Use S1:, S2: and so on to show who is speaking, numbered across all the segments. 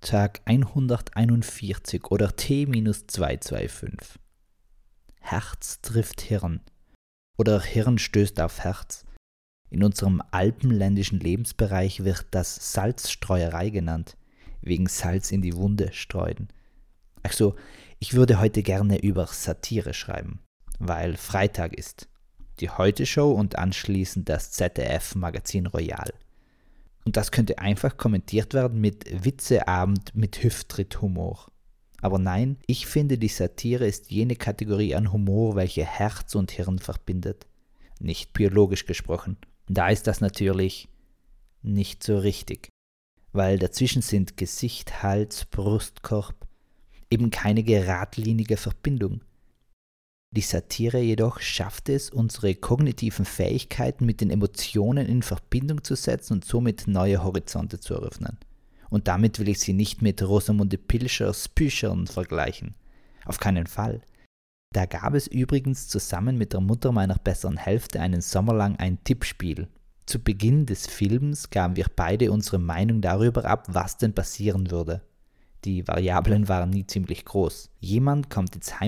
S1: Tag 141 oder T-225. Herz trifft Hirn oder Hirn stößt auf Herz. In unserem alpenländischen Lebensbereich wird das Salzstreuerei genannt, wegen Salz in die Wunde streuen. Also, ich würde heute gerne über Satire schreiben, weil Freitag ist. Die Heute-Show und anschließend das ZDF-Magazin Royal. Und das könnte einfach kommentiert werden mit Witzeabend mit Hüfttritt-Humor. Aber nein, ich finde, die Satire ist jene Kategorie an Humor, welche Herz und Hirn verbindet. Nicht biologisch gesprochen. Da ist das natürlich nicht so richtig. Weil dazwischen sind Gesicht, Hals, Brustkorb, eben keine geradlinige Verbindung. Die Satire jedoch schafft es, unsere kognitiven Fähigkeiten mit den Emotionen in Verbindung zu setzen und somit neue Horizonte zu eröffnen. Und damit will ich sie nicht mit Rosamunde Pilchers Büchern vergleichen. Auf keinen Fall. Da gab es übrigens zusammen mit der Mutter meiner besseren Hälfte einen Sommer lang ein Tippspiel. Zu Beginn des Films gaben wir beide unsere Meinung darüber ab, was denn passieren würde. Die Variablen waren nie ziemlich groß. Jemand kommt ins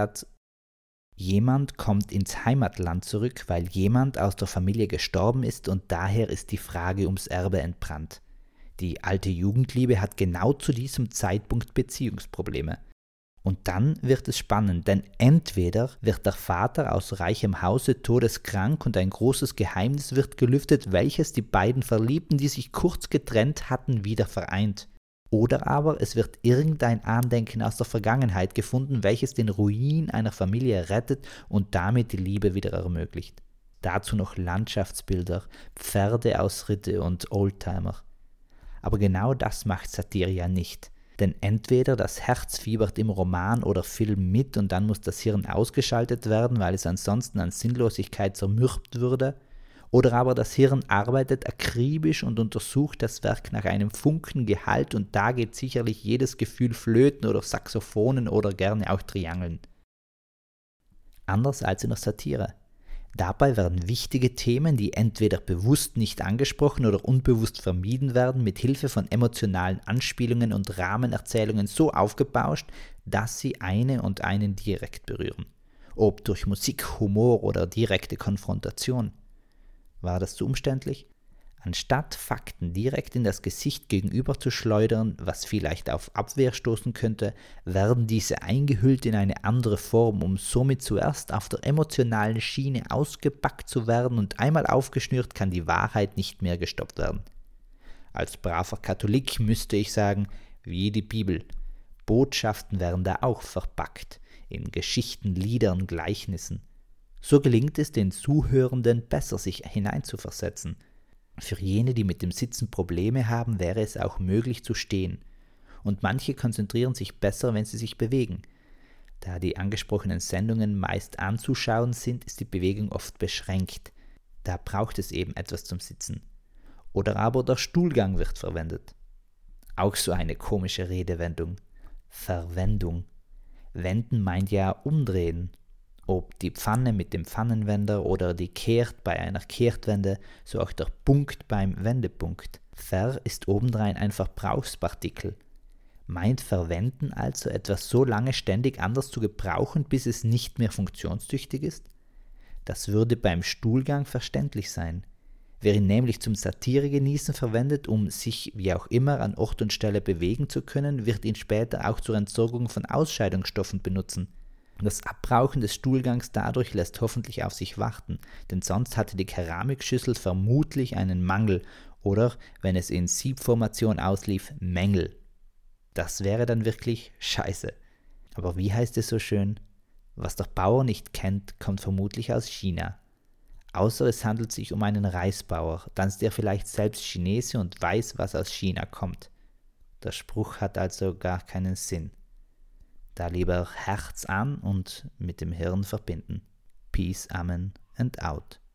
S1: Heimatland zurück, weil jemand aus der Familie gestorben ist und daher ist die Frage ums Erbe entbrannt. Die alte Jugendliebe hat genau zu diesem Zeitpunkt Beziehungsprobleme. Und dann wird es spannend, denn entweder wird der Vater aus reichem Hause todeskrank und ein großes Geheimnis wird gelüftet, welches die beiden Verliebten, die sich kurz getrennt hatten, wieder vereint. Oder aber es wird irgendein Andenken aus der Vergangenheit gefunden, welches den Ruin einer Familie rettet und damit die Liebe wieder ermöglicht. Dazu noch Landschaftsbilder, Pferdeausritte und Oldtimer. Aber genau das macht Satire ja nicht. Denn entweder das Herz fiebert im Roman oder Film mit und dann muss das Hirn ausgeschaltet werden, weil es ansonsten an Sinnlosigkeit zermürbt würde, oder aber das Hirn arbeitet akribisch und untersucht das Werk nach einem Funkengehalt und da geht sicherlich jedes Gefühl flöten oder Saxophonen oder gerne auch Triangeln. Anders als in der Satire. Dabei werden wichtige Themen, die entweder bewusst nicht angesprochen oder unbewusst vermieden werden, mit Hilfe von emotionalen Anspielungen und Rahmenerzählungen so aufgebauscht, dass sie eine und einen direkt berühren. Ob durch Musik, Humor oder direkte Konfrontation. War das zu umständlich? Anstatt Fakten direkt in das Gesicht gegenüber zu schleudern, was vielleicht auf Abwehr stoßen könnte, werden diese eingehüllt in eine andere Form, um somit zuerst auf der emotionalen Schiene ausgepackt zu werden und einmal aufgeschnürt kann die Wahrheit nicht mehr gestoppt werden. Als braver Katholik müsste ich sagen, wie die Bibel. Botschaften werden da auch verpackt, in Geschichten, Liedern, Gleichnissen. So gelingt es den Zuhörenden besser, sich hineinzuversetzen. Für jene, die mit dem Sitzen Probleme haben, wäre es auch möglich zu stehen. Und manche konzentrieren sich besser, wenn sie sich bewegen. Da die angesprochenen Sendungen meist anzuschauen sind, ist die Bewegung oft beschränkt. Da braucht es eben etwas zum Sitzen. Oder aber der Stuhlgang wird verwendet. Auch so eine komische Redewendung. Verwendung. Wenden meint ja umdrehen. Ob die Pfanne mit dem Pfannenwender oder die Kehrt bei einer Kehrtwende, so auch der Punkt beim Wendepunkt. Ver ist obendrein ein Verbrauchspartikel. Meint verwenden also etwas so lange ständig anders zu gebrauchen, bis es nicht mehr funktionstüchtig ist? Das würde beim Stuhlgang verständlich sein. Wer ihn nämlich zum Satire-Genießen verwendet, um sich wie auch immer an Ort und Stelle bewegen zu können, wird ihn später auch zur Entsorgung von Ausscheidungsstoffen benutzen. Das Abrauchen des Stuhlgangs dadurch lässt hoffentlich auf sich warten, denn sonst hatte die Keramikschüssel vermutlich einen Mangel oder, wenn es in Siebformation auslief, Mängel. Das wäre dann wirklich scheiße. Aber wie heißt es so schön? Was der Bauer nicht kennt, kommt vermutlich aus China. Außer es handelt sich um einen Reisbauer, dann ist er vielleicht selbst Chinese und weiß, was aus China kommt. Der Spruch hat also gar keinen Sinn. Da lieber Herz an und mit dem Hirn verbinden. Peace, Amen and out.